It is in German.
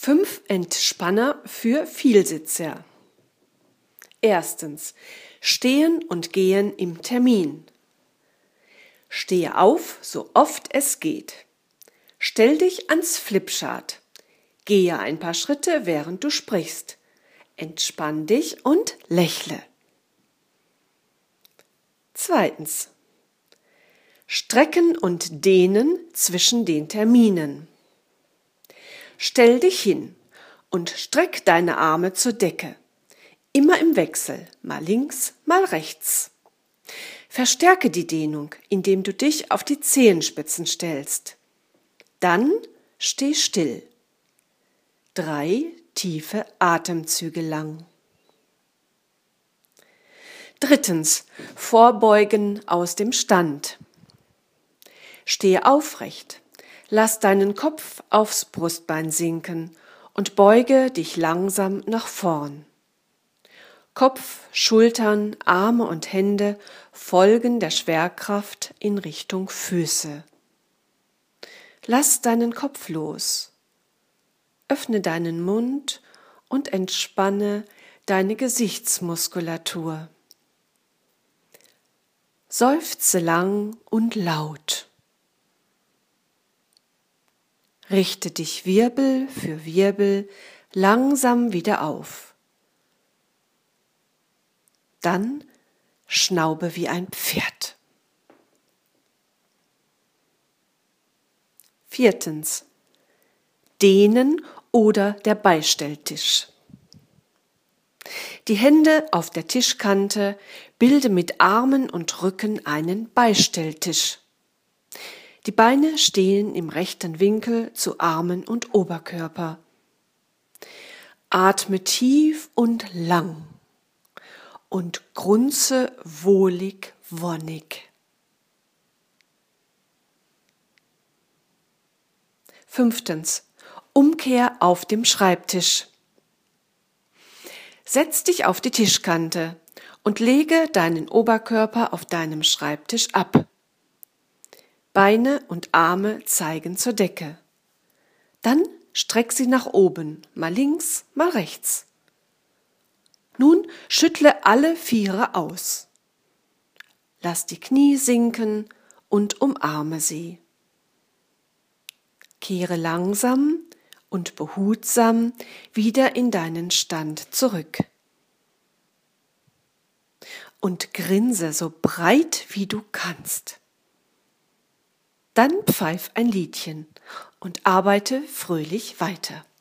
5 Entspanner für Vielsitzer. Erstens. Stehen und gehen im Termin. Stehe auf, so oft es geht. Stell dich ans Flipchart. Gehe ein paar Schritte, während du sprichst. Entspann dich und lächle. Zweitens. Strecken und dehnen zwischen den Terminen. Stell dich hin und streck deine Arme zur Decke. Immer im Wechsel, mal links, mal rechts. Verstärke die Dehnung, indem du dich auf die Zehenspitzen stellst. Dann steh still. 3 tiefe Atemzüge lang. Drittens, Vorbeugen aus dem Stand. Stehe aufrecht. Lass deinen Kopf aufs Brustbein sinken und beuge dich langsam nach vorn. Kopf, Schultern, Arme und Hände folgen der Schwerkraft in Richtung Füße. Lass deinen Kopf los. Öffne deinen Mund und entspanne deine Gesichtsmuskulatur. Seufze lang und laut. Richte dich Wirbel für Wirbel langsam wieder auf. Dann schnaube wie ein Pferd. Viertens. Dehnen oder der Beistelltisch. Die Hände auf der Tischkante, bilde mit Armen und Rücken einen Beistelltisch. Die Beine stehen im rechten Winkel zu Armen und Oberkörper. Atme tief und lang und grunze wohlig wonnig. 5. Umkehr auf dem Schreibtisch. Setz dich auf die Tischkante und lege deinen Oberkörper auf deinem Schreibtisch ab. Beine und Arme zeigen zur Decke. Dann streck sie nach oben, mal links, mal rechts. Nun schüttle alle Viere aus. Lass die Knie sinken und umarme sie. Kehre langsam und behutsam wieder in deinen Stand zurück. Und grinse so breit wie du kannst. Dann pfeif ein Liedchen und arbeite fröhlich weiter.